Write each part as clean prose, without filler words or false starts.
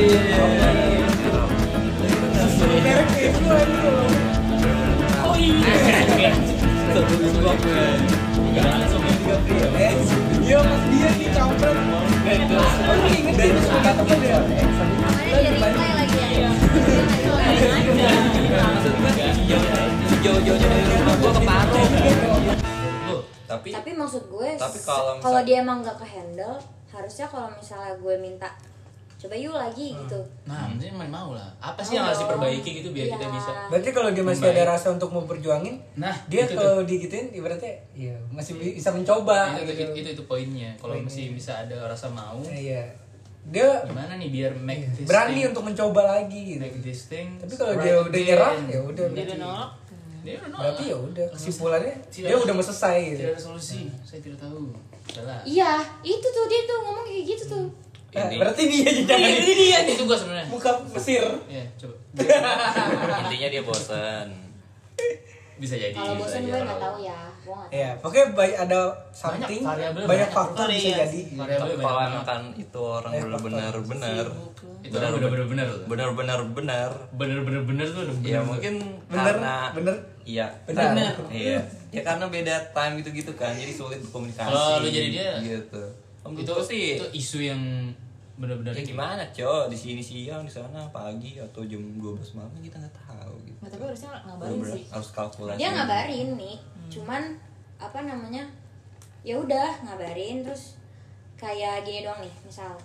Oh iya. Iya mas dia nih kampret. Aku inget dia suka temen ya. Namanya jadi reply lagi ya. Jauh-jauh dari rumah gua ke Parung. Tapi maksud gue tapi kalau kalau dia emang nggak ke handle, harusnya kalau misalnya gue minta coba yuk lagi gitu. Nah, mungkin main mau lah. Apa sih yang harus diperbaiki gitu biar kita bisa. Berarti kalau dia masih ada rasa untuk memperjuangin, Nah, dia itu kalau digituin ibaratnya ya masih bisa mencoba gitu. Itu poinnya. Kalau masih bisa ada rasa mau. Iya. Dia Gimana nih biar make this berani thing, untuk mencoba lagi gitu. make this thing. Tapi kalau right dia udah again. nyerah ya udah Dia udah berarti. nolak. Dia udah nolak. Berarti ya udah kesimpulannya Tidak dia ada- udah mau selesai gitu. Tidak ada solusi. Saya tidak tahu. Salah. Iya, itu tuh dia tuh ngomong kayak gitu tuh. Nah, Ini- berarti dia jangan Ini dia itu gua sebenarnya. buka Mesir. Ya, coba. Intinya dia bosan. Bisa jadi. Kalau bosan aja gue nggak kalau- tahu ya, gue nggak tahu. Ya, pokoknya ada something, variabel, banyak banyak faktor bisa variasi. jadi. Variabel Tapi banyak kalau banget. emang kan itu orang Eh, benar-benar benar. Itu orang benar-benar benar. Benar-benar benar. Bener-bener bener tuh udah Ya bener. mungkin Bener, karena bener. Iya. Benar. Iya. Ya karena beda time gitu-gitu kan. Jadi sulit berkomunikasi. Kalau lu jadi dia, gitu. Menurut itu gua sih itu isu yang benar-benar ya gimana, Cok? Di sini siang, di sana pagi atau jam 12 malam kita nggak tahu gitu. Nah, tapi harusnya ngabarin Bener-bener sih. harus kalkulasi. Dia ngabarin nih, cuman apa namanya? Ya udah ngabarin terus kayak gini doang nih, misal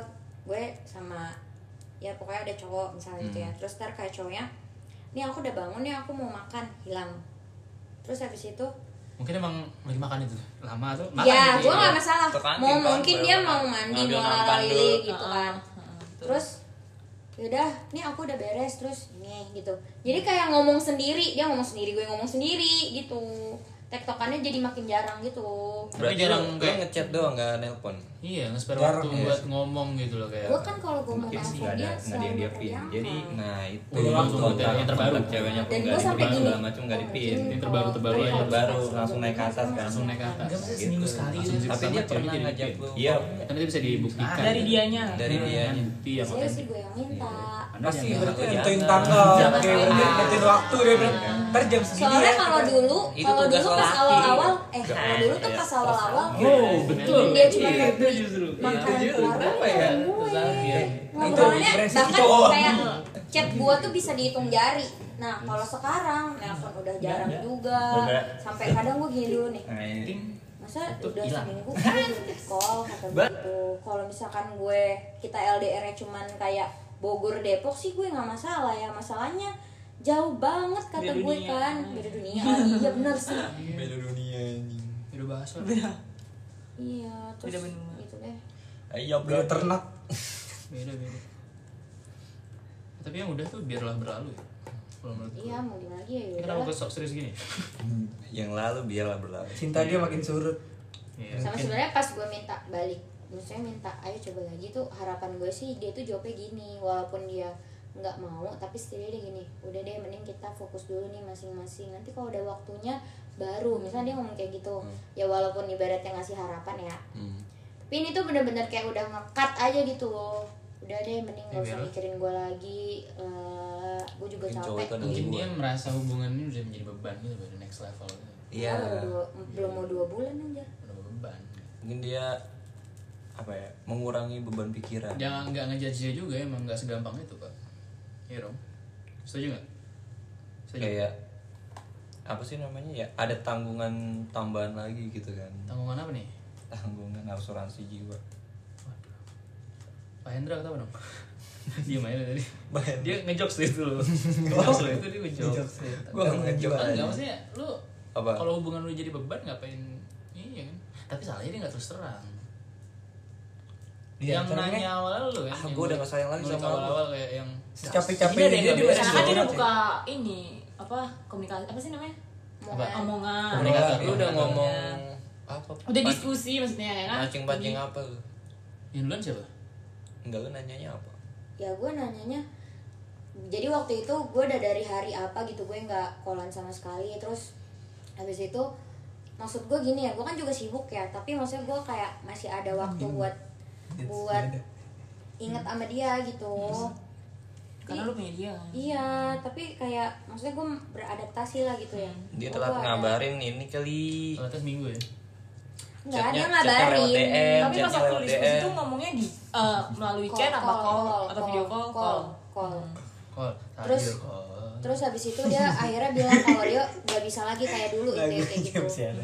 gue sama ya pokoknya ada cowok misalnya gitu ya, terus ntar kayak cowoknya, nih aku udah bangun nih aku mau makan, hilang. Terus habis itu mungkin emang lagi makan itu lama tuh. ya gitu gue nggak masalah, Ke kantin mau kan, mungkin dia mau mandi ngambil mau nampan lalili dulu. gitu kan. Terus yaudah nih aku udah beres terus nih gitu, jadi kayak ngomong sendiri, dia ngomong sendiri gue ngomong sendiri gitu, tektokannya jadi makin jarang gitu. Tapi Berarti jarang lu kayak ngechat doang, nggak nelpon. iya nge-spare Jarang, waktu ya. buat ngomong gitu loh kayak. Gue kan kalau gue mau Mungkin sih telepon nggak dia ada yang selalu dia pin. terjangkau. Jadi nah itu Udah langsung kontak- kontak yang terbaru. kontak ceweknya pun Dan nggak gue sampai di-pin, gini, segala macam nggak di-pin. Yang terbaru-terbaru Iya, aja. baru langsung naik ke atas kan. Langsung naik ke atas. Enggak, maksudnya Gitu. seminggu sekali. Tapi dia pernah ngajak lu. Iya. Kan itu bisa dibuktikan. Dari dianya. Dari dia. Bukti yang Saya sih otentik. gue yang minta. Pasti yang berarti jangan. nentuin tanggal, Jangan. kayak berarti nentuin waktu dia bilang, ntar jam segini Soalnya ya. kalau dulu, Itu kalau tugas dulu pas lelaki. awal-awal, Nggak, kalau dulu tuh iya, pas awal-awal, Oh, betul. dia cuma Iya, mau itu beli justru. makan Itu justru. warung Kenapa ya? gue. Iya. Ngobrolannya prinsip bahkan cowok. kayak chat gue tuh bisa dihitung jari. Nah kalau sekarang nelpon udah jarang juga, sampai kadang gue gini dulu nih. Nah, ini Masa Tutup, udah hilang. seminggu gue belum call kata gitu. Kalau misalkan kita LDR-nya cuman kayak Bogor Depok sih gue nggak masalah ya. Masalahnya jauh banget kata Beda gue dunia. kan, beda dunia. Iya bener sih. beda dunia anjing. Beda bahasa. Iya terus Beda benua. gitu deh. Ayo Beda ternak. Beda. Tapi yang udah tuh biarlah berlalu ya. Kalau menurut gue. Iya mau gimana lagi ya. Ini Yaudah kenapa lah. gue sok serius gini? Yang lalu biarlah berlalu. Cinta dia makin surut. Iya. Sama mungkin. sebenarnya pas gue minta balik, maksudnya minta ayo coba lagi tuh, harapan gue sih dia tuh jawabnya gini, walaupun dia nggak mau tapi setidaknya dia gini, udah deh mending kita fokus dulu nih masing-masing, nanti kalau udah waktunya baru, misalnya dia ngomong kayak gitu. Ya walaupun ibaratnya ngasih harapan ya, tapi ini tuh bener-bener kayak udah nge-cut aja gitu loh, udah deh mending gak usah Iya. mikirin gue lagi, gue juga Mungkin cowok capek itu ada Mungkin gua. dia merasa hubungan ini udah menjadi beban gitu, baru next level gitu. Iya. belum mau 2 bulan aja. Udah beban. Mungkin dia apa ya? Mengurangi beban pikiran. Jangan nggak ngejudge dia juga, emang nggak segampang itu kak. Iya dong. Setuju nggak? Setuju. Kayak apa sih namanya ya? Ada tanggungan tambahan lagi gitu kan. Tanggungan apa nih? Tanggungan asuransi jiwa. Waduh. Pak Hendra ketawa dong. Diam aja tadi. Pak Hendra. Dia ngejokes itu loh. Ngejokes loh itu dia ngejokes. Gua ngejok Enggak aja. maksudnya lu Apa? kalau hubungan lu jadi beban ngapain? Iya kan. Tapi salahnya dia nggak terus terang. Iya, Yang caranya- nanya awal lu kan. Ah, yang gua udah nggak sayang lagi ngulik sama lu. awal-awal kayak yang Secapek-capeknya ini ada yang dia nggak beres. beres. Karena dia udah Iya. buka ini apa komunikasi apa sih namanya? Apa? Omongan. Komunikator. Lu udah ngomong apa? Udah diskusi maksudnya ya kan? Pancing-pancing apa lu? Yang duluan siapa? Enggak, lu nanyanya apa? Ya gue nanyanya, jadi waktu itu gue udah dari hari apa gitu gue nggak kolan sama sekali, terus habis itu maksud gue gini ya, gue kan juga sibuk ya, tapi maksudnya gue kayak masih ada waktu buat inget sama dia gitu. Karena lu punya dia. Iya, tapi kayak maksudnya gue beradaptasi lah gitu ya. Dia Oh, telat gua ada- ngabarin ini kali. Kalau atas minggu ya. Enggak, dia Chatnya lewat ngabarin. DM. Tapi pas chatnya waktu lewat diskusi DM. tuh ngomongnya di melalui chat apa call atau video call? Call. Call. Terus call. Terus habis itu dia akhirnya bilang kalau dia nggak bisa lagi kayak dulu itu kayak gitu.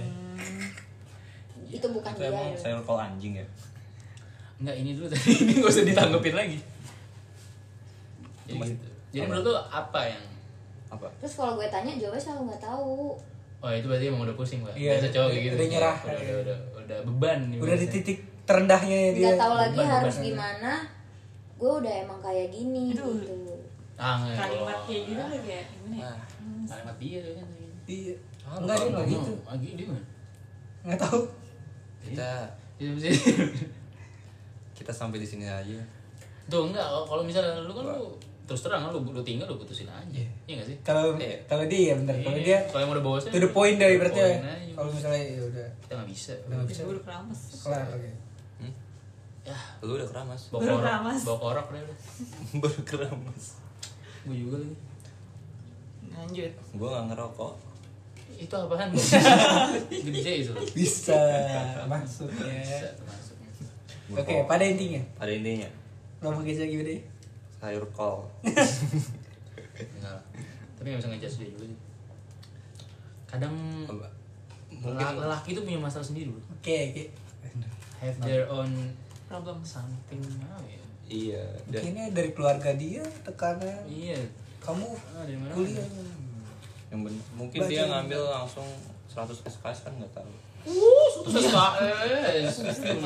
Itu bukan Itu emang dia. saya call anjing ya. Enggak, ini dulu tadi. Enggak usah ditanggepin lagi. Jadi Cuman- gitu. Jadi apa? menurut lu apa yang Apa? Terus kalau gue tanya jawabnya selalu nggak tahu. Oh, itu berarti emang udah pusing, Pak. Iya, Biasa cowok kayak gitu. udah nyerah. Udah beban nih. Udah di biasanya. titik terendahnya ya dia. Nggak tahu lagi beban, harus beban. gimana. Gue udah emang kayak gini Itu. gitu. Ah, enggak. Kalimat kayak gitu tuh kayak gimana ya? Kalimat dia kan. Iya. Ah, Enggak dia lu nggak gitu. Lagi dia mana? Nggak tahu. Kita Itu bisa. kita sampai di sini aja. Tuh enggak, kalau misalnya lu kan lu terus terang lu tinggal lu putusin aja. Iya enggak sih? Kalau Iya. kalau dia bener. Kalau Iya. dia Kalau yang udah bosnya to the point dari berarti ya. poin aja. Kalau misalnya ya udah kita enggak bisa. udah nggak bisa. Gue udah keramas. Kelar oke. Ya, Lu udah keramas. bawa Baru korok, keramas. bawa korok deh udah. Baru keramas. Gue juga lagi. Lanjut. Gua nggak ngerokok. Itu apaan? Gede itu. Bisa maksudnya. Bisa tuh masuknya. Oke, pada intinya. Pada intinya Ngomong aja gimana deh? sayur kol. Enggak lah. Tapi nggak bisa ngejudge dia juga sih. Kadang Apa? Mungkin lelaki itu punya masalah sendiri, bro. Oke. Have their own Problem. something apa ya? iya. Dan Mungkinnya dari keluarga dia tekanan. Iya. Kamu Dari mana? kuliah. yang mungkin Baca. dia ngambil langsung 100 SKS kan nggak tahu. Terus SKS.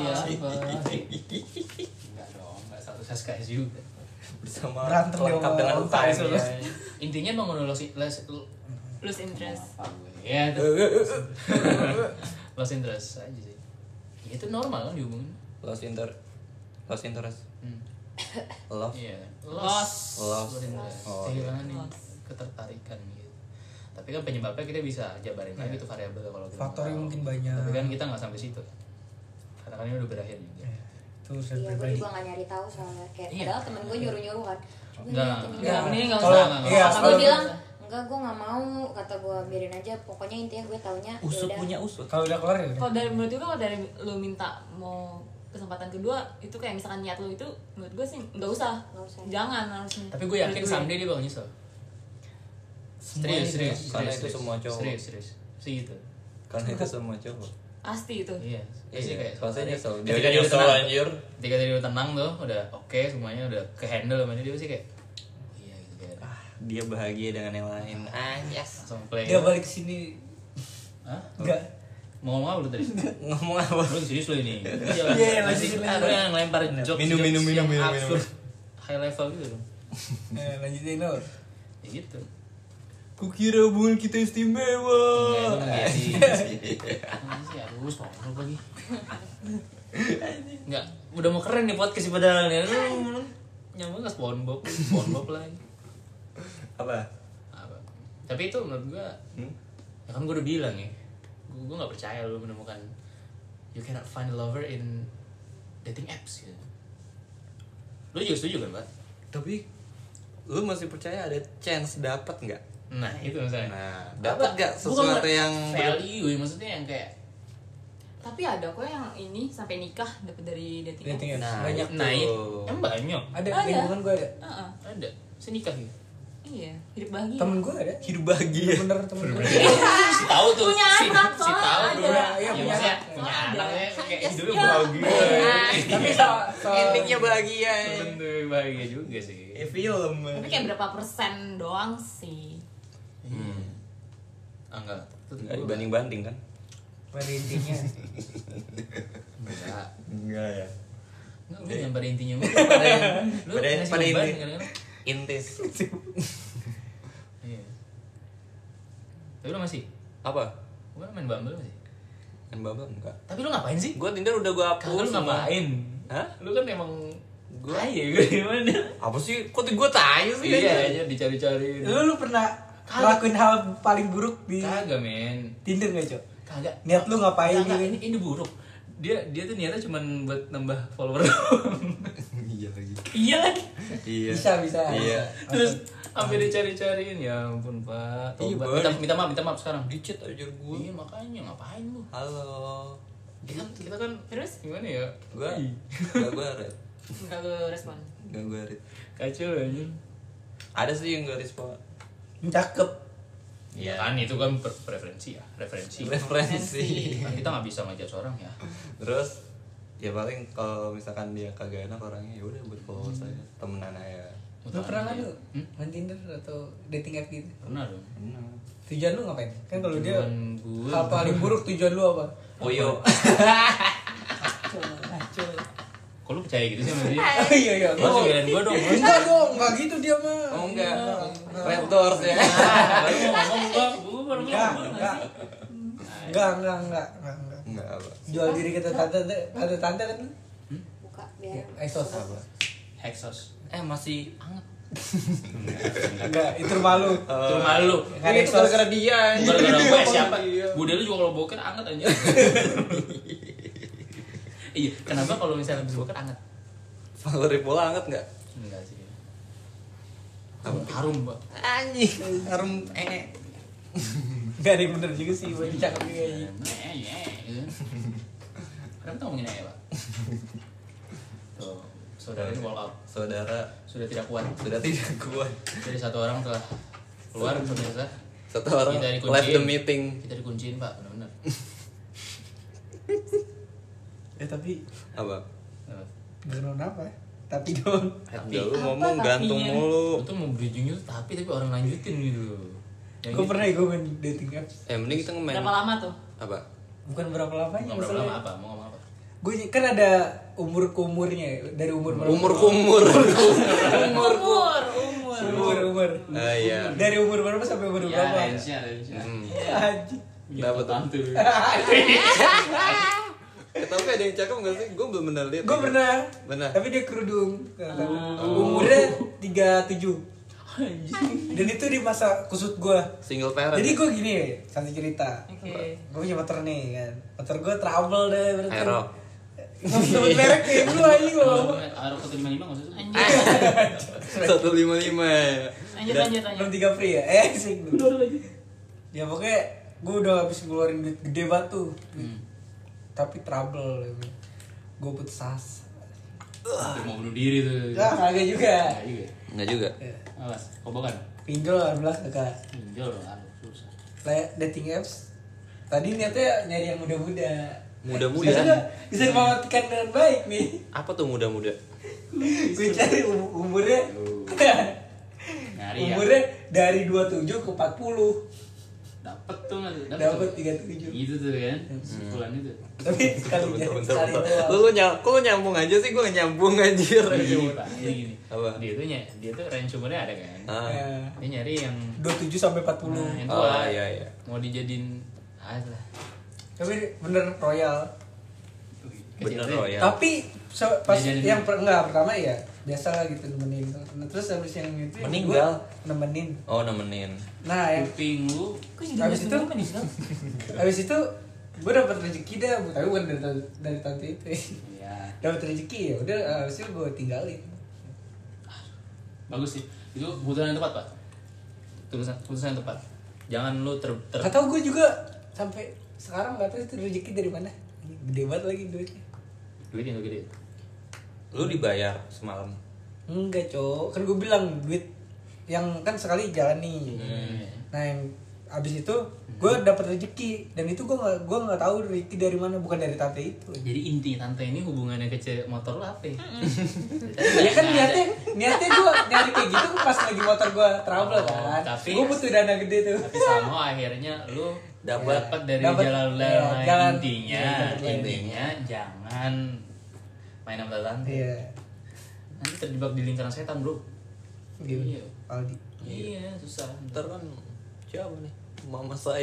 Enggak dong, enggak 100 SKS juga. Bersama Berantem lengkap dia dengan sama utang utang, ya. Intinya mau lose Lose interest. ya itu. Lost interest aja sih. Ya, itu normal kan dihubungin. Lost interest. Love. Iya. Lost. Lost interest. Oh, Kehilangan iya. nih ketertarikan gitu. Tapi kan penyebabnya kita bisa jabarin lagi tuh variabel kalau kita Faktornya mau tahu. mungkin banyak. Tapi kan kita nggak sampai situ. Karena kan ini udah berakhir juga. Itu saya Iya, gue pribadi. juga gak nyari tahu soalnya kayak Iya. padahal temen gue nyuruh kan. Enggak. Enggak, mending enggak Kalau- usah. iya, Kata gue kalau- bilang enggak, gue nggak mau, kata gue biarin aja, pokoknya intinya gue taunya Usut yaudah. punya usut. Kalau udah keluar ya udah. Kalau dari menurut gue kalau dari lu minta mau kesempatan kedua itu kayak misalkan niat lu itu menurut gue sih nggak usah. Nggak usah. Jangan harusnya. Tapi gue yakin Menurut someday dia bakal nyesel. Semuanya Serius. Karena itu semua cowok. Serius. Sih gitu. Karena itu semua cowok. Pasti itu. Iya. Sih kayak pasti nyesel. Dia ketika aja dia udah nyesel tenang, anjir. ketika dia udah tenang tuh, udah oke, semuanya udah ke handle sama dia pasti kayak iya gitu kayak Dia bahagia dengan yang lain. Yes. langsung play. Dia balik sini. Hah? Enggak. Mau ngomong apa lu tadi? Ngomong apa? Lu serius lu ini? Iya, masih lanjutin, ada lanjutin. yang lempar jokes Minum, jokes minum, yang minum, absurd, minum. high level gitu dong. Lanjutin dulu. Ya gitu. Kukira hubungan kita istimewa. Enggak, itu menjadi sih harus ngomong lagi. Enggak, udah mau keren nih podcast sih padahal nih. Lu nyambung ke SpongeBob lagi. Apa? Apa? Tapi itu menurut gua, ya kan gua udah bilang ya, gua nggak percaya lu menemukan you cannot find a lover in dating apps gitu. Lu juga setuju kan, Pak? Tapi lu masih percaya ada chance dapat nggak? Nah, itu misalnya. Nah, dapat nggak sesuatu yang value, maksudnya yang kayak Tapi ada kok yang ini sampai nikah dapat dari dating apps. Dating apps. Nah, Banyak. nah, tuh. emang banyak. Ada Ada. lingkungan gue ada. Heeh. Ada. Senikah gitu. Iya, hidup bahagia. Temen gue ada. Hidup bahagia. Bener temen gue. Si tahu tuh. Punya si, anak, si soalnya tahu ada. tuh. Iya, Ya, punya maksudnya anak. punya Ada. anaknya kayak Yes, hidupnya ya. bahagia. Tapi soal Endingnya bahagia. Tentu bahagia juga sih. Film. Tapi kayak berapa persen doang sih. Enggak. Nggak dibanding-banding kan? pada intinya Enggak. Enggak ya. Enggak, lu yang pada intinya lu pada yang lu Pada- ngasih pada beban inti. kadang-kadang. Intis. Iya. Tapi lu masih? Apa? Gua main Bumble masih. Kan Bumble enggak. Tapi lu ngapain sih? Gua Tinder udah gua Kagak hapus. lu semua. ngapain? Hah? Lu kan emang Gua- kaya gue gimana? Apa sih? Kok gua tanya sih? Iya aja dicari-cari. lu pernah ngelakuin hal paling buruk di Kagak men. Tinder gak cok? Kagak. Niat lu ngapain Kagak, gitu? ini buruk. Dia tuh niatnya cuma buat nambah follower doang. Iya lagi. Iya lagi. Iya. Bisa. Iya. Terus sampai dicari-cariin, ya ampun Pak. Iya, Tobat. Bang. Minta maaf sekarang. Di chat aja gue. Iya makanya ngapain lu? Halo. Kita kan Terus? gimana ya? Gue gak red. Enggak lu respon. Gak gue red. Kacau aja. Ada sih yang gak respon. Cakep. Ya kan itu kan preferensi ya, referensi. Referensi. Kan kita nggak bisa ngejudge orang ya. Terus ya paling kalau misalkan dia kagak enak orangnya ya udah buat follow saya temenan aja. Lu pernah kan Iya. lu main Tinder atau dating app gitu? Pernah dong. Benar. Tujuan lu ngapain? Kan kalau dia Tujuan gue- hal paling buruk tujuan lu apa? Oyo. Ngaco. Kok lu percaya gitu sih sama dia? Oh iya. Lu harus belain gue dong. Enggak dong, enggak gitu dia mah. Oh enggak. Red doors ya. Baru mau ngomong enggak? Gue baru Enggak, ngomong. enggak. Enggak apa. Jual diri kita tante kan? buka biar Exos. Apa? Hexos. Masih hangat. Enggak, itu rumah lu. Itu malu. Enggak ada Itu exos. gara-gara dia. Gara-gara gue Iya, siapa? iya. Bude lu juga kalau boker anget aja. Iya, kenapa kalau misalnya habis boker anget? Kalau bola hangat enggak? Enggak sih. Harum, Pak. Anjing. Harum Enggak ada yang bener juga sih, buat cakep juga aja. Kenapa kita ngomongin aja, Pak? Tuh, saudara ini walk out. Saudara Sudah tidak kuat. sudah tidak kuat. Jadi satu orang telah keluar pemirsa. Satu orang Kita dikunciin. left the meeting. Kita dikunciin, Pak, benar-benar. Tapi Apa? enggak kenapa ya? Tapi dong. Enggak lu ngomong gantung tapinya? mulu. Lu tuh mau bridging itu tapi orang lanjutin gitu. Yang Gue gitu. pernah main dating apps. Mending kita ngemain Berapa lama tuh? apa? Bukan berapa lamanya Ngomong berapa lama masalahnya. apa? Mau ngomong apa? Gue kan ada umurnya dari umur berapa? Umur. Umur. Iya. Dari umur berapa sampai umur Ya, berapa? range-nya. Anjing. Dapat tuh. Tantu. Tapi ada yang cakep enggak sih? Gue belum pernah lihat. Gue pernah. Benar. Tapi dia kerudung. Umurnya 37. Dan itu di masa kusut gue. Single parent. Jadi gue gini, satu cerita. Oke. Gue punya motor nih kan. Motor gue trouble deh berarti. Aero. Sebut merek kayak lu anjing lo. Aero 155 nggak usah. Anjir. 155 ya. Lanjut. Belum 3 free ya? Sih. Ya pokoknya gue udah habis ngeluarin duit gede batu. Tapi trouble. Gue putus asa. Dia mau bunuh diri tuh. Ya kagak juga. Nggak juga. Enggak juga. Ya. Awas, kobokan. Pinjol alhamdulillah kagak. Pinjol dong, aduh, susah. Kayak dating apps. Tadi niatnya nyari yang muda-muda. Muda-muda. Bisa mematikan dengan baik nih. Apa tuh muda-muda? Gue cari umurnya. Nyari ya. Umurnya dari 27 ke 40. Dapet tuh nggak tuh? Dapat tuh. 37. Gitu tuh kan, sebulan itu. Tapi sekali sekali doang. Lu nyambung aja sih, gue gak nyambung anjir. Gini, Pak, jadi gini. Apa? Dia tuh range umurnya ada kan. Ya, Dia nyari yang 27 sampai 40. yang Oh tua. iya. Mau dijadiin lah. Tapi bener royal. Bener Kecil loh tuh. ya. Tapi pas Jajanin yang pertama ya biasa lah gitu nemenin. Nah, terus habis yang itu Meninggal. gua nemenin. Oh nemenin. Nah, yang Kuping lu Kok jadi Habis itu? meninggal? habis itu gue dapat rezeki dah, tapi bukan dari tante itu. ya Dapat rezeki ya udah habis itu gue tinggalin. bagus sih. Itu keputusan yang tepat, Pak. Keputusan yang tepat. Jangan lu Gak tau gue juga sampai sekarang gak tahu itu rezeki dari mana. Gede banget lagi duitnya. duit yang gede. Lu dibayar semalam. Enggak cowok, kan gue bilang duit yang kan sekali jalan nih. Nah yang abis itu gue dapat rezeki dan itu gue nggak tahu rezeki dari mana, bukan dari tante itu. Jadi inti tante ini hubungannya ke motor lu apa? Ya kan niatnya gue nyari kayak gitu pas lagi motor gue trouble Oh, kan. tapi- Gue butuh dana gede tuh. Tapi sama akhirnya lu dapat dari Dapat, jalan iya, lain. jalan. Intinya Iya, intinya jangan main sama tante. Iya. Nanti terjebak di lingkaran setan, Bro. Gitu. Iya. Aldi. Iya, susah. Ntar kan siapa nih? Mama saya.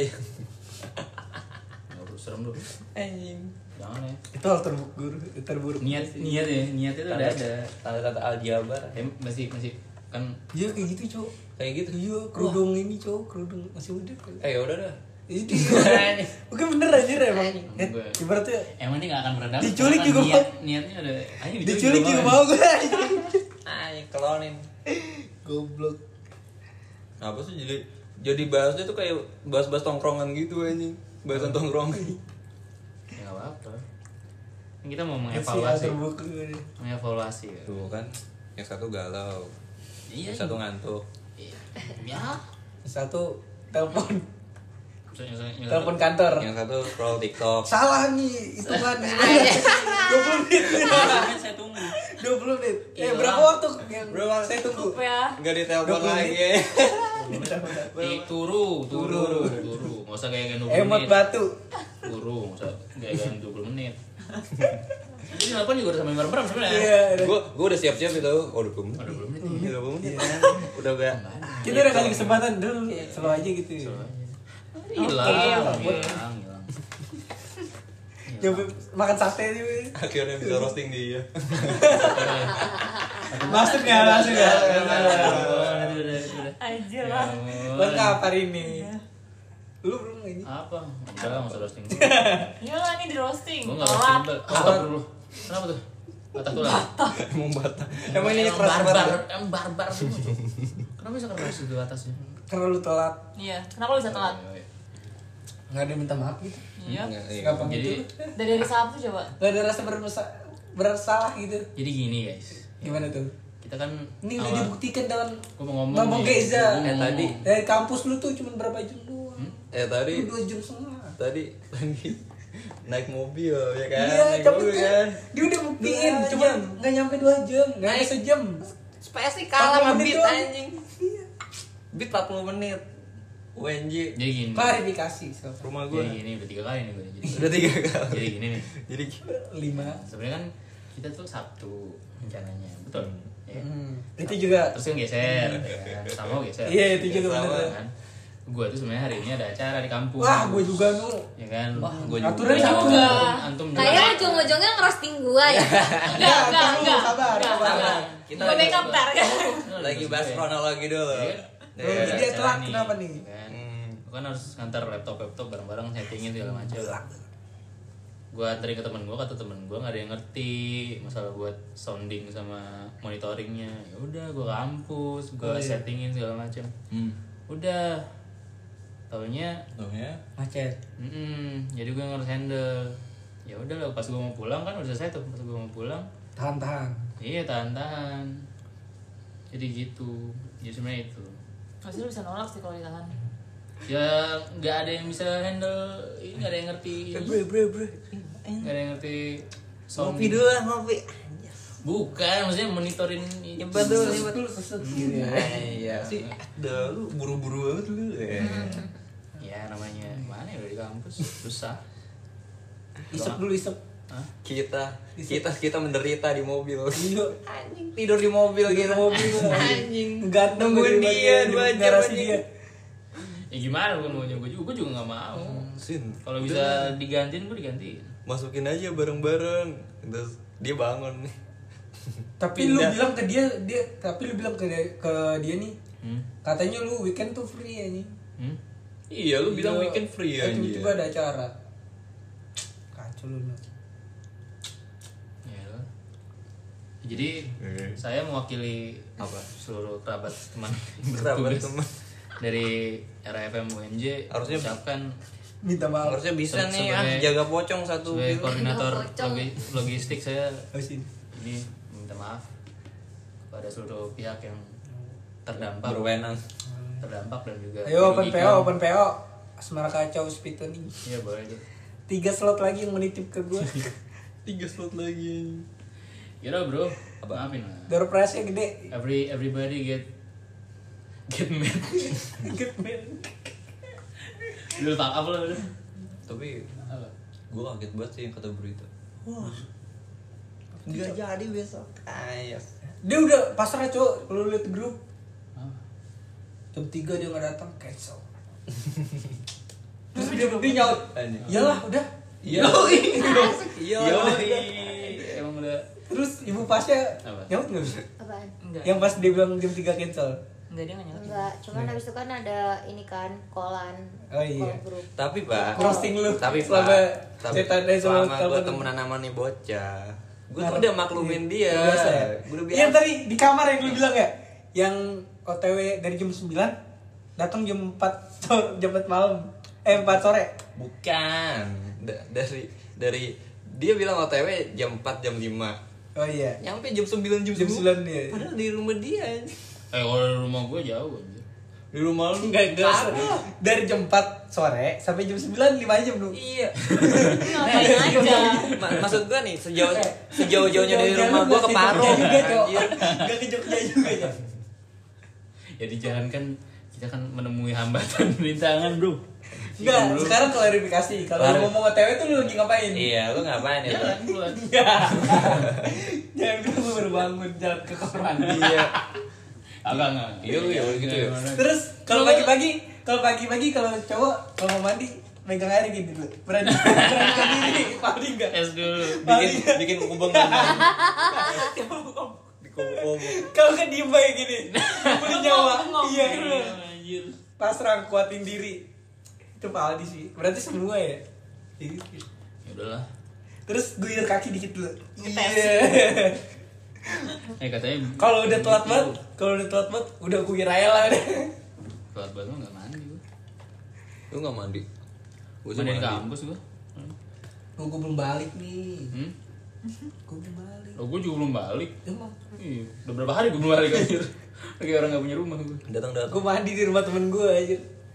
Nggak serem lu. Anjing. Jangan ya. Itu hal terburuk. Niat itu udah ada. Tante Aljabar. Masih kan Iya kayak gitu cowok. Kayak gitu. Iya kerudung ini cowok, kerudung masih muda. Ya udah dah. Bukan bener anjir emang. Gue. Ibaratnya Emang dia gak akan pernah dapet. Diculik Karena juga mau. Niatnya ada. diculik juga mau gue. Kelonin. Goblok. Apa sih jadi bahasnya tuh kayak bahas-bahas tongkrongan gitu anjing. Bahasan tongkrongan. Ya gak apa-apa. Ini kita mau mengevaluasi. Mengevaluasi ya. Tuh kan, yang satu galau, Iya. yang satu ngantuk. Ya. Satu telepon Yang telepon kantor. Yang satu scroll TikTok. Salah nih, itu kan 20 menit. Saya tunggu. 20 menit. Iya. Berapa waktu yang saya tunggu? Cukup ya. Enggak ditelepon 20 lagi. Turu. Nggak usah kayak 20 menit. Emot batu. Turu, nggak usah kayak 20 menit. Jadi nelfon juga udah sampai merem sebenarnya. Iya. Gua udah siap-siap itu. Oh, 20 menit. Oh, 20 menit. Iya, 20 menit. Udah gak. Kita udah kasih kesempatan dulu, slow aja gitu. Hilang. Coba makan sate juga. Akhirnya bisa roasting dia. Masuk nggak? Masuk nggak? Aja lah. Lengkap hari ini. Lu belum ini? Apa? Udah nggak usah roasting. Iyalah ini di roasting. Gue nggak roasting. Apa dulu? Kenapa tuh? Batak tuh lah. Emang bata. Emang ini keras barbar. banget. Emang barbar semua tuh. Kenapa bisa keras itu atasnya? Karena lu telat. Iya. Kenapa lu bisa telat? Nggak ada yang minta maaf gitu. Iya. Gampang Jadi- gitu. Dari Sabtu coba. Nggak ada rasa bersalah gitu. Jadi gini guys. Gimana tuh? Kita kan Ini udah dibuktikan dengan Gue mau ngomong Ngomong nih. Geza. Gua mau Tadi. ngomong. dari kampus lu tuh cuma berapa jam doang. Tadi Lu 2 jam setengah. tadi naik mobil ya kan? Iya, Naik tapi mobil kan dia udah buktiin, 2 cuma jam. nggak nyampe 2 jam, nggak nyampe sejam. Spesi 40 menit doang. Iya. Beat 40 menit. UNJ Jadi gini. Klarifikasi, rumah gue. Jadi gini udah 3 kali nih gue. Jadi, Udah 3 kali. jadi gini nih. Jadi 5. Sebenarnya kan kita tuh Sabtu rencananya, betul? Ya. Itu juga. Terus kan geser, ya kan? Sama geser. Iya, itu juga Sama, bener. kan. Gue tuh sebenarnya hari ini ada acara di kampus. Wah, gue juga nu. Ya kan. Wah, Gue aturan juga. juga. Antum Kayak ujung-ujungnya ngerosting gua ya. Enggak. Sabar. kita Gue backup ntar kan. lagi bahas kronologi dulu. Iya. Kalau Iya. dia telat Nih, kenapa nih? Kan. Gue kan harus ngantar laptop bareng-bareng settingin segala macam. Gue anterin ke temen gue, kata temen gue nggak ada yang ngerti masalah buat sounding sama monitoringnya. Ya udah, gue ke kampus, gue settingin segala macam. Udah, taunya Macet. jadi gue harus handle. Ya udah lah, pas gue mau pulang kan udah selesai tuh. Pas gue mau pulang, Tahan. iya tahan. Jadi gitu. Jadi sebenarnya itu. Pasti lu bisa nolak sih kalau ditahan. Ya nggak ada yang bisa handle, ini nggak ada yang ngerti. Bro. Nggak ada yang ngerti Ngopi dulu lah, ngopi. Bukan, maksudnya monitorin itu. Nyebat dulu, Nyebat dulu keset gitu ya. Iya sih. Dah lu buru-buru banget lu. Ya namanya mana ya, udah di kampus susah. Isep dulu isep. Hah? Kita menderita di mobil. Iya. Anjing tidur di mobil kita. Mobil Anjing. gantung Nungguin di dia bagian 2 jam garasi anjing. dia. Ya gimana gue maunya, gue juga nggak mau. Sin. Kalau bisa digantiin gue digantiin. Masukin aja bareng-bareng. Terus dia bangun nih. Tapi lu Pindah. bilang ke dia tapi lu bilang ke dia nih, Hmm? katanya lu weekend tuh free anjing. Hmm? Iya, lu bilang weekend free aja. Tiba-tiba ada acara. Kacau lu. Ya lah. Jadi saya mewakili Apa? seluruh kerabat teman Kerabat bertugas teman. dari RFM UNJ Harusnya- ucapkan Minta maaf. Harusnya bisa nih Sebagai- jaga pocong satu sebagai gitu. koordinator Pocong. logistik saya Asin. ini minta maaf kepada seluruh pihak yang terdampak Berwenang. dan juga Ayo dirugikan. open PO. Asmara kacau speed nih. Iya boleh tuh. 3 slot lagi yang menitip ke gua. 3 slot lagi. Yaudah bro, maafin lah. Door price-nya gede. Everybody get mad. Get man. Dulu tak apa lah udah. Tapi Apa? gue kaget banget sih yang kata berita. Wah. Enggak jadi besok. Ayo. Dia udah pasrah, Cok. Kalau lu lihat grup Hah? jam 3 dia enggak datang, cancel. Terus dia nyaut. Anjing. Iyalah, udah. Iya. Iya. Emang udah. Terus ibu pasnya Apa? nyaut enggak bisa? Apaan? Enggak. Yang pas dia bilang jam 3 cancel. Enggak, dia nggak nyalain. Enggak, cuman habis itu kan ada ini kan kolan. Oh iya. Call grup. Tapi Pak, Roasting lu. tapi selama Pak, cetan dari selama gue temenan sama nih bocah, gue tuh udah maklumin dia. Biasa ya. Gue udah Yang biasa. tadi di kamar yang lu bilang ya, yang OTW dari jam 9 datang jam 4 jam 4 malam. 4 sore. Bukan. Dari dia bilang OTW jam 4 jam 5. Oh iya. Nyampe jam 9 jam 9 dia. Padahal di rumah dia. Kalau dari rumah gue jauh anjir. Di rumah lu Enggak dari jam 4 sore sampai jam 9 5 jam lu. Iya. Ngapain aja. Maksud gua nih sejauh-jauhnya dari rumah gua ke Paro. Anjir. Enggak ke Jogja juga ya. Ya di jalan kan kita kan menemui hambatan rintangan bro. Enggak, sekarang klarifikasi. Kalau lu ngomong OTW tuh lu lagi ngapain? Iya, lu ngapain ya? Jalan keluar. Jangan bilang lu baru bangun jalan ke kamar mandi. Iya. Agak. Iya gitu ya. Terus kalau pagi-pagi kalau cowok kalau mau mandi megang air gini dulu. Berani diri, paling enggak. Es dulu. Bikin kubang kan. Dikubang. Kalau kan diem kayak gini. Punya nyawa. Iya. Anjir. Pasrah kuatin diri. Itu Pak Aldi sih. Berarti semua ya. Ya udahlah. Terus guyur kaki dikit dulu. Katanya Kalau udah telat banget, udah guyur aja lah deh. telat banget enggak mandi gua. Lu enggak mandi? Gua sih Mandi di mandi. kampus gua. Gue belum balik nih. Hmm? Gue belum balik. Oh, gua juga belum balik. Emang. Iya, udah berapa hari gua belum balik anjir. Lagi orang enggak punya rumah gua. Datang-datang. Gue mandi di rumah temen gue aja.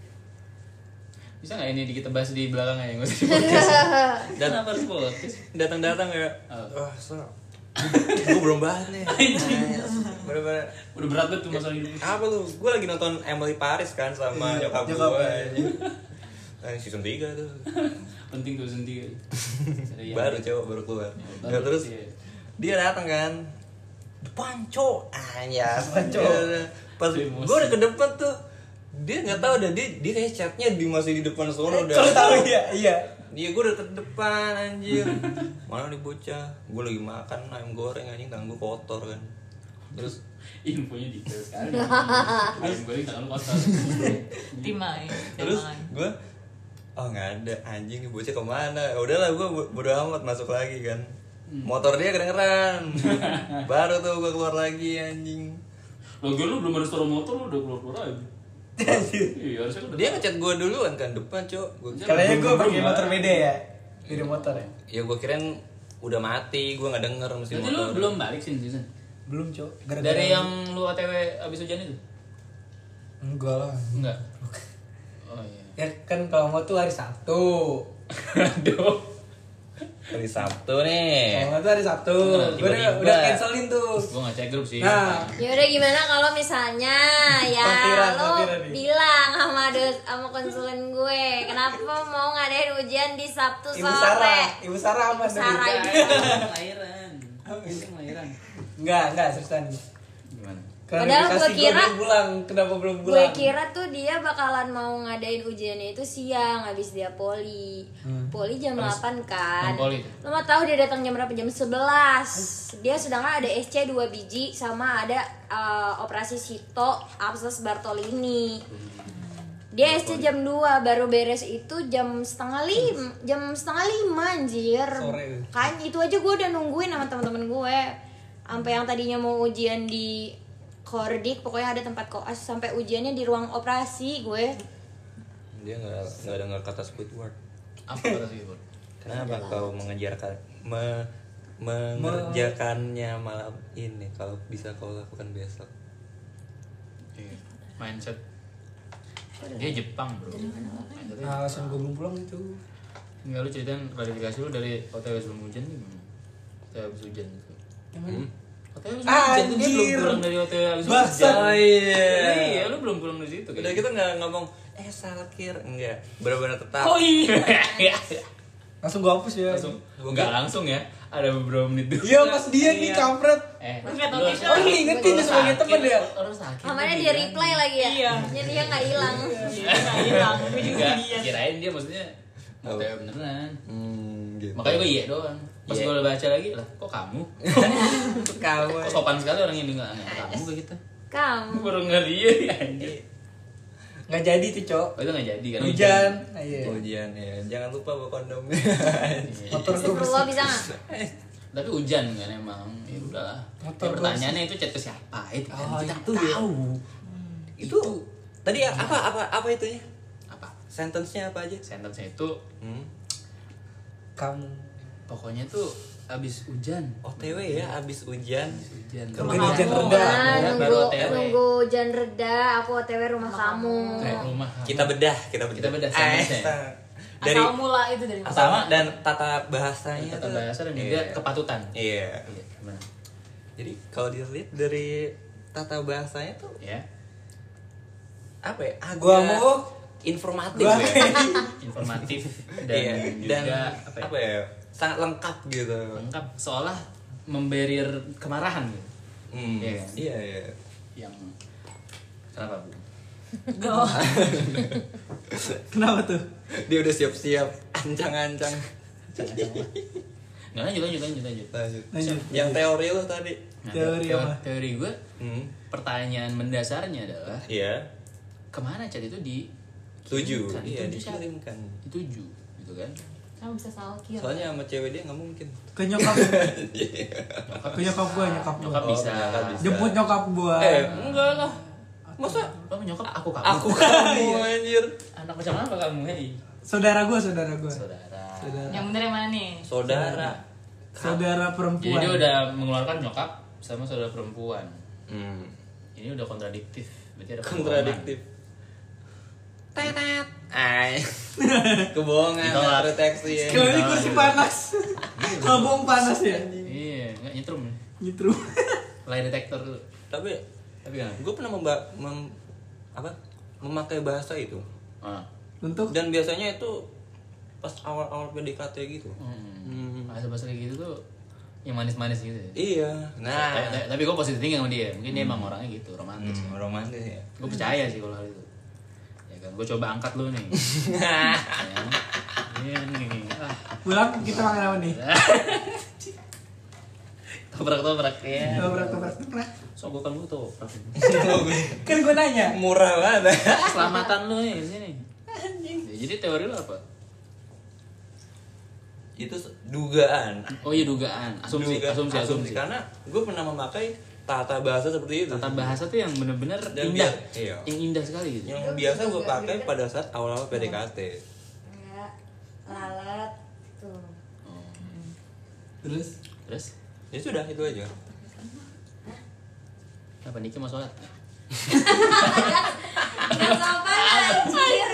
Bisa enggak ini kita bahas di belakang aja enggak usah di podcast. Dan apa harus podcast? Datang-datang ya. Oh. Wah, gue belum balik nih. Bener-bener. Udah berat banget tuh masalah hidup. Apa lu? Gue lagi nonton Emily Paris kan sama nyokap nyokap gue. Season 3 tuh. Penting tuh sendiri. Baru cowok baru keluar. baru, Nah, terus iya. dia datang kan. Depan cowok. Depan cowok. Pas Emosi. gue udah ke depan tuh. Dia nggak tahu dah dia kayak chatnya masih di depan sono udah. Kalau tahu ya, iya. Iya gue udah ke depan anjir. Mana nih bocah? Gue lagi makan ayam goreng anjing tangan gue kotor kan. Terus Infonya detail sekali. Ayam goreng tangan lu kotor. Timai. terus gue nggak ada anjing nih bocah kemana? Udahlah gue bodo amat masuk lagi kan. Motor dia kedengeran. Baru tuh gue keluar lagi anjing. Lagian lu belum ada store motor lu udah keluar aja. Iya, harusnya udah. Dia ngechat gue duluan kan depan cok. Kayaknya gue pakai motor beda ya. Beda motor ya. Ya gue kirain udah mati, gue nggak denger mesin Berarti lu motor. belum balik sih season. Belum, Cok. Dari yang lu OTW abis hujan itu? enggak lah. Enggak. Oh iya. Ya kan kalau mau tuh hari Sabtu. Aduh. Hari Sabtu nih. Kalau mau tuh hari Sabtu. Gue Tiba-tiba. udah cancelin tuh. Gua enggak cek grup sih. Nah, Yaudah gimana kalau misalnya ya Parkiran nih. bilang sama konsulen gue kenapa mau ngadain ujian di Sabtu Ibu sore? Sarah. Ibu Sarah apa? Sarah. Lahiran. Penting lahiran. Enggak, seriusan. Gimana? Padahal Klarifikasi, gua gua kira- belum pulang. Kenapa belum Gue pulang? kira tuh dia bakalan mau ngadain ujiannya itu siang habis dia poli. Poli jam 8 kan. jam poli. Lo mau tahu dia datang jam berapa? Jam 11. Dia sedangkan ada SC 2 biji sama ada operasi Sito absces Bartolini. Dia SC jam 2 baru beres itu jam setengah 5 anjir. Sore. Kan itu aja gue udah nungguin sama teman-teman gue. Sampai yang tadinya mau ujian di Kordik, pokoknya ada tempat koas sampai ujiannya di ruang operasi gue. Dia nggak dengar kata Squidward. Apa kata sih, Bro? Kenapa kau mengerjakannya malam ini kalau bisa kau lakukan besok? Iya. Mindset. Dia Jepang, Bro. Mindsetnya Nah, alasan gue belum pulang itu. Enggak, lu ceritain klarifikasi lu dari OTW sebelum hujan gimana? OTW abis hujan gitu. OTW abis hujan tuh dia belum Anjir. pulang dari OTW abis Bangsat. hujan. Oh iya. Iya, lu belum pulang dari situ. Udah kita nggak ngomong salkir enggak, benar-benar tetap. Oh iya. Langsung gue hapus ya. Langsung enggak langsung ya. Ada beberapa menit dulu. Iya, pas dia nih kampret. Nggak tahu lu- dia Oh, ingetin dia sebagai temen ya. Orang sakit. Namanya dia reply lagi ya. Iya. Jadi dia nggak hilang. Iya, nggak hilang. Gue juga Enggak, dia. kirain dia maksudnya OTW beneran. Gitu. Makanya gue iya doang. Pas gue baca lagi lah, kok kamu? kamu Kok sopan sekali orang yang enggak kamu kayak kita. kamu. Baru nggak dia anjing. Nggak jadi tuh, Cok. Oh itu nggak jadi kan? Hujan. Iya. Ujian ya. Jangan lupa bawa kondom. Motor gue Astagfirullah, bisa nggak? Tapi hujan kan emang. Ya udahlah. Motor Ya, pertanyaannya itu chat ke siapa? Itu kan kita itu ya. tahu. Itu tadi apa itunya? Apa? Sentence-nya apa aja? Sentence itu kamu. pokoknya tuh abis hujan. OTW ya, abis hujan. Hujan. Mungkin Rumah hujan kamu, reda. kan? Ya, nunggu baru OTW. nunggu hujan reda, aku OTW rumah kamu. Kayak rumah. Kita bedah. Kita bedah sentence-nya. Dari Asal mula itu dari mana? sama dan tata bahasanya Tata tuh. bahasa dan juga Iya. kepatutan. Iya. Iya, gimana? Jadi kalau dilihat dari tata bahasanya tuh Ya. apa ya? Agak Gua mau informatif Gua- ya. Informatif dan Iya, juga dan apa ya? sangat lengkap gitu. Lengkap seolah memberir kemarahan gitu. Hmm. Iya kan? Iya, iya. Yang kenapa Bu? Kenapa tuh? Dia udah siap-siap ancang-ancang. Nggak, lanjut. Lanjut. Yang teori lo tadi. Nah, Teori apa? Teori gue, pertanyaan mendasarnya adalah Iya. kemana chat itu Tujuh. dikirimkan? Iya, Dituju siapa? dikirimkan. Dituju, gitu kan? Kamu bisa salkir. Soalnya sama cewek dia nggak mungkin. Ke nyokap. Ke nyokap gua. Nyokap bisa. nyokap bisa. Jemput nyokap gua. Enggak lah. Masa Oh, nyokap aku kamu. aku kamu anjir. Anak macam apa kamu? Hei. Saudara gua. Saudara. Yang bener yang mana nih? Saudara. Saudara Jadi perempuan. dia udah mengeluarkan nyokap sama saudara perempuan. Hmm. Ini udah kontradiktif. Berarti ada Kontradiktif. Tetet. Ay. Kebohongan, Ditolak. deteksi ya. Kalau ini kursi panas. Kalau bohong panas ya. kebohongan. Iya, nggak nyetrum. Gitu. Lie detector dulu. Tapi Tapi kan? gue pernah memakai bahasa itu. Ah. Untuk Dan biasanya itu pas awal-awal PDKT gitu. Bahasa-bahasa kayak gitu tuh yang manis-manis gitu ya. Iya. Nah, Tapi gue positif thinking sama dia. Mungkin dia emang orangnya gitu, romantis. romantis ya. Gue percaya sih kalau hal itu. Ya kan, gue coba angkat lu nih. Ya. Iya nih. pulang kita makan apa nih? Toprak ya. Toprak. So gue kan gue toprak. Kan gua nanya. Murah banget. Selamatan lu nih di sini. Ya, jadi teori lu apa? Itu dugaan. Oh iya dugaan, asumsi. Karena gue pernah memakai tata bahasa seperti itu. Tata bahasa tuh yang bener-bener Dan indah, iya. yang indah sekali gitu. Yang biasa gue pakai pada saat awal-awal PDKT. Enggak, lalat tuh. Terus Terus, Ya sudah itu aja. apa Niki mau sholat? Gak sopan anjir.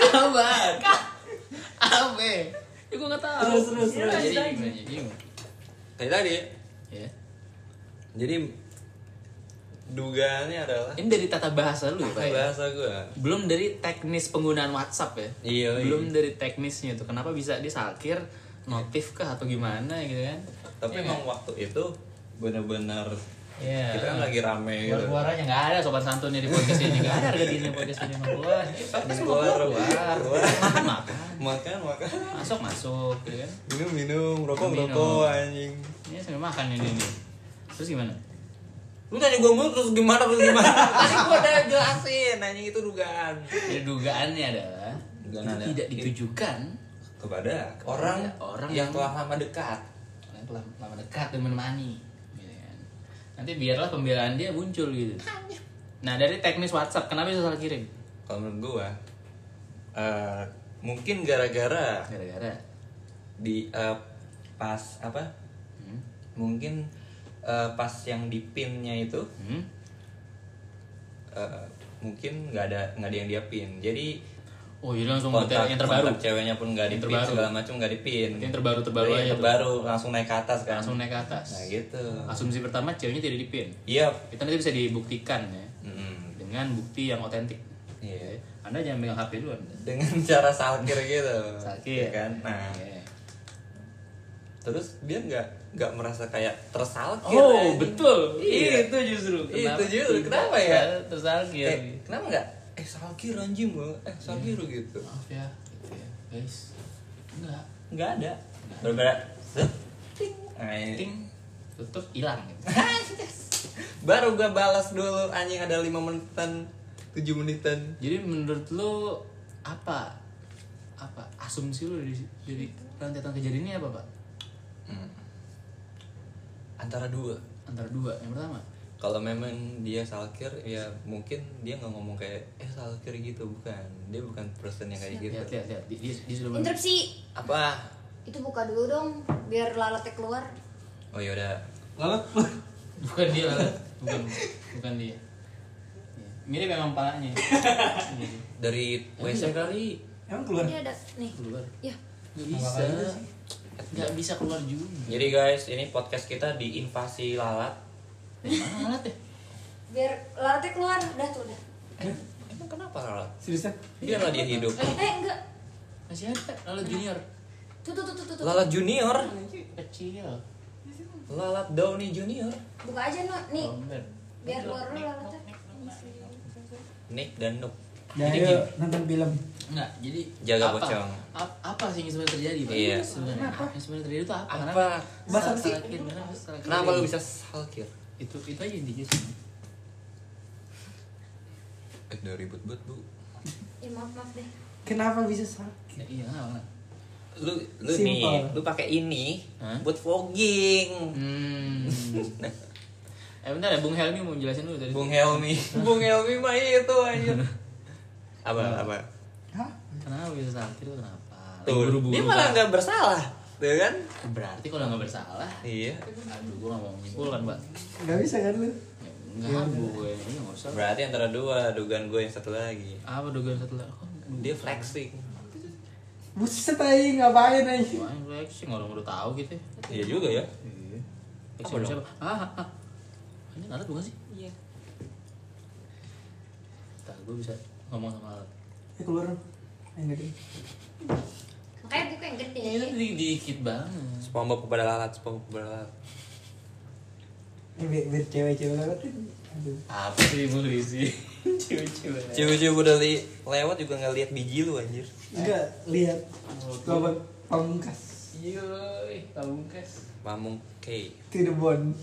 Apa? Ya gue nggak tahu. Terus. Jadi Kayak tadi. ya. Jadi dugaannya adalah Ini dari tata bahasa lu ya, Pak? ya? bahasa gue. Belum dari teknis penggunaan WhatsApp ya? Iya. Belum dari teknisnya tuh. Kenapa bisa disalkir notif kah atau gimana gitu kan? Tapi emang waktu itu benar-benar Iya. kita kan lagi rame gitu. Keluar-keluarnya nggak ada sopan santunnya di podcast ini. Nggak ada harga diri podcast ini. Keluar. Keluar. Makan. Makan. Masuk gitu kan. Minum, rokok Minum. anjing. Ini sambil makan ini nih. Terus gimana? Lu tanya gue mulu terus gimana? Tadi gue udah jelasin, anjing itu dugaan. Jadi dugaannya adalah Dugaan itu ada. tidak ditujukan Kepada orang yang telah lama dekat. orang yang telah lama dekat dan menemani. Gitu kan. Nanti biarlah pembelaan dia muncul gitu. Nah dari teknis WhatsApp kenapa bisa salah kirim? Kalau menurut gue, mungkin gara-gara Gara-gara di pas apa? Mungkin pas yang di pinnya itu mungkin nggak ada yang dia pin. Jadi oh jadi langsung yang terbaru. kontak ceweknya pun nggak di Yang pin terbaru. segala macam nggak di pin. Yang terbaru Iya, aja tuh. terbaru langsung naik ke atas kan. Langsung naik ke atas. Nah gitu. Asumsi pertama ceweknya tidak dipin. Iya. Itu nanti bisa dibuktikan ya dengan bukti yang otentik. Iya. Anda jangan pegang HP dulu Anda. Dengan cara salkir gitu. Salkir. Iya kan. Nah, Oke. terus dia nggak merasa kayak tersalkir. Oh anjing. betul. Iya. Itu justru. Itu justru. tidak Kenapa ya? Tersalkir. Kenapa nggak? Salkir anjing gua. Salkir gitu. Maaf ya, gitu ya, guys. Enggak. Nggak ada. Berbeda. Ting. Ting. Tutup hilang gitu. Baru gue balas dulu anjing ada 5 menitan 7 menitan. Jadi menurut lo apa asumsi lo dari rentetan kejadian ini apa Pak? Antara dua. Yang pertama, Kalau memang dia salkir ya mungkin dia nggak ngomong kayak salkir gitu, bukan. Dia bukan person yang kayak gitu. lihat dia sudah Interupsi. Apa? Itu buka dulu dong biar lalatnya keluar. Oh yaudah. Lalat. bukan dia bukan dia. Ya. Mirip memang palanya. Dari WC kali. Emang keluar. Ini ada nih. Keluar. Ya. Nggak bisa keluar juga. Jadi guys, ini podcast kita diinvasi lalat. Dari mana alat ya? Biar lalatnya keluar. Udah tuh udah. Emang kenapa lalat? Seriusan? Biarlah dia hidup. Enggak. Masih ada lalat junior. Tuh. Lalat junior, Kecil. lalat Downey junior. Buka aja no. Nih. Lomber. Biar keluar dulu lalatnya. Nick dan Noob. Ya ayo nonton film. Enggak, jadi Jaga pocong. Apa sih yang sebenarnya terjadi, Pak? Iya. Sebenarnya yang sebenarnya terjadi itu apa? Apa? Bahasa sih. Kenapa lu bisa salkir? Itu aja intinya sih. Udah ribut banget, Bu. Ya maaf deh. Kenapa bisa sakit? Ya, iya, enggak. Lu Simple. nih, lu pakai ini Hah? buat fogging. Bentar ya, Bung Helmi mau jelasin dulu tadi. Bung Helmi. Bung Helmi mah itu anjir. Apa? Hah? Kenapa bisa sakit itu kenapa? Tuh, Buru-buru, dia malah Pak. nggak bersalah, tuh kan? Berarti kalau nggak bersalah, Iya. aduh, gua nggak mau menyimpulkan, Pak. Gak bisa kan lu? Enggak, gue ini nggak usah. Berarti antara dua, dugaan gue yang satu lagi. Apa dugaan satu lagi? Dia flexing. Buset aja ngapain aja? Wah, flexing orang udah tahu gitu. Iya juga ya. Iya. Apa Flexing dong? siapa? Ini alat bukan sih? Iya. Gue bisa ngomong sama alat. Keluar. Enggak deh. Makanya buka yang gede. Ini dikit banget. SpongeBob kepada lalat, SpongeBob kepada lalat. Biar cewek-cewek lewatin. Aduh. Apa sih mau isi? Cewek-cewek. Cewek-cewek udah lewat juga nggak lihat biji lu anjir. Enggak lihat. Babak pamungkas. Yoi, pamungkas. Pamung K. To the bone.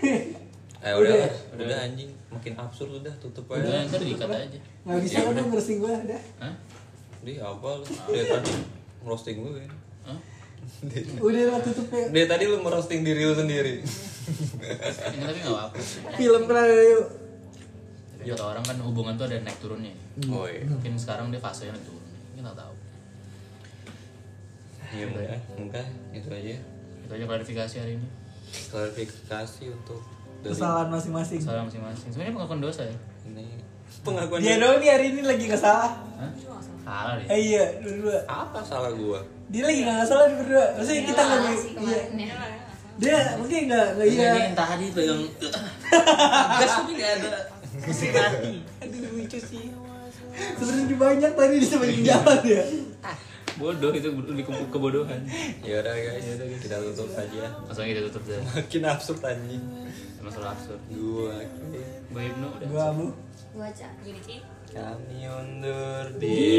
Udah anjing, makin absurd udah tutup Udah, aja. ntar diikat aja. Nggak bisa Ya kan udah. lu ngerosting gua dah. Hah? Dia apa lu? Dia tadi ngerosting gue. Hah? Udah lah tutupnya. Dia tadi lu merosting diri lu sendiri. Ini tapi nggak apa-apa. Film kenapa yuk? Tapi kata orang kan hubungan tuh ada naik turunnya. Oh iya. Mungkin sekarang dia fasenya naik turun. Kita nggak tahu. Iya enggak, itu aja. Itu aja klarifikasi hari ini. Klarifikasi untuk dari Kesalahan masing-masing. Salah masing-masing. Sebenarnya pengakuan dosa ya. ini pengakuan Dia doang nih hari ini lagi nggak salah. Hah? Salah deh. Iya, berdua. apa salah gua? Dia lagi nggak salah nih berdua. Maksudnya kita nggak Salah iya. sih kemarin ya. Dia mungkin nggak iya. Ini entah tadi pegang gas tapi nggak ada mesin hati. Aduh lucu sih. Sebenarnya banyak tadi di sepanjang jalan ya. Bodoh itu kebodohan. Ya udah guys, kita tutup aja. Langsung kita tutup deh. Makin absurd anjing. Masalah absurd. Gua Mbak Ibnu udah. Gua abu. Gua Cak. Jadi Ki. kami undur Diri.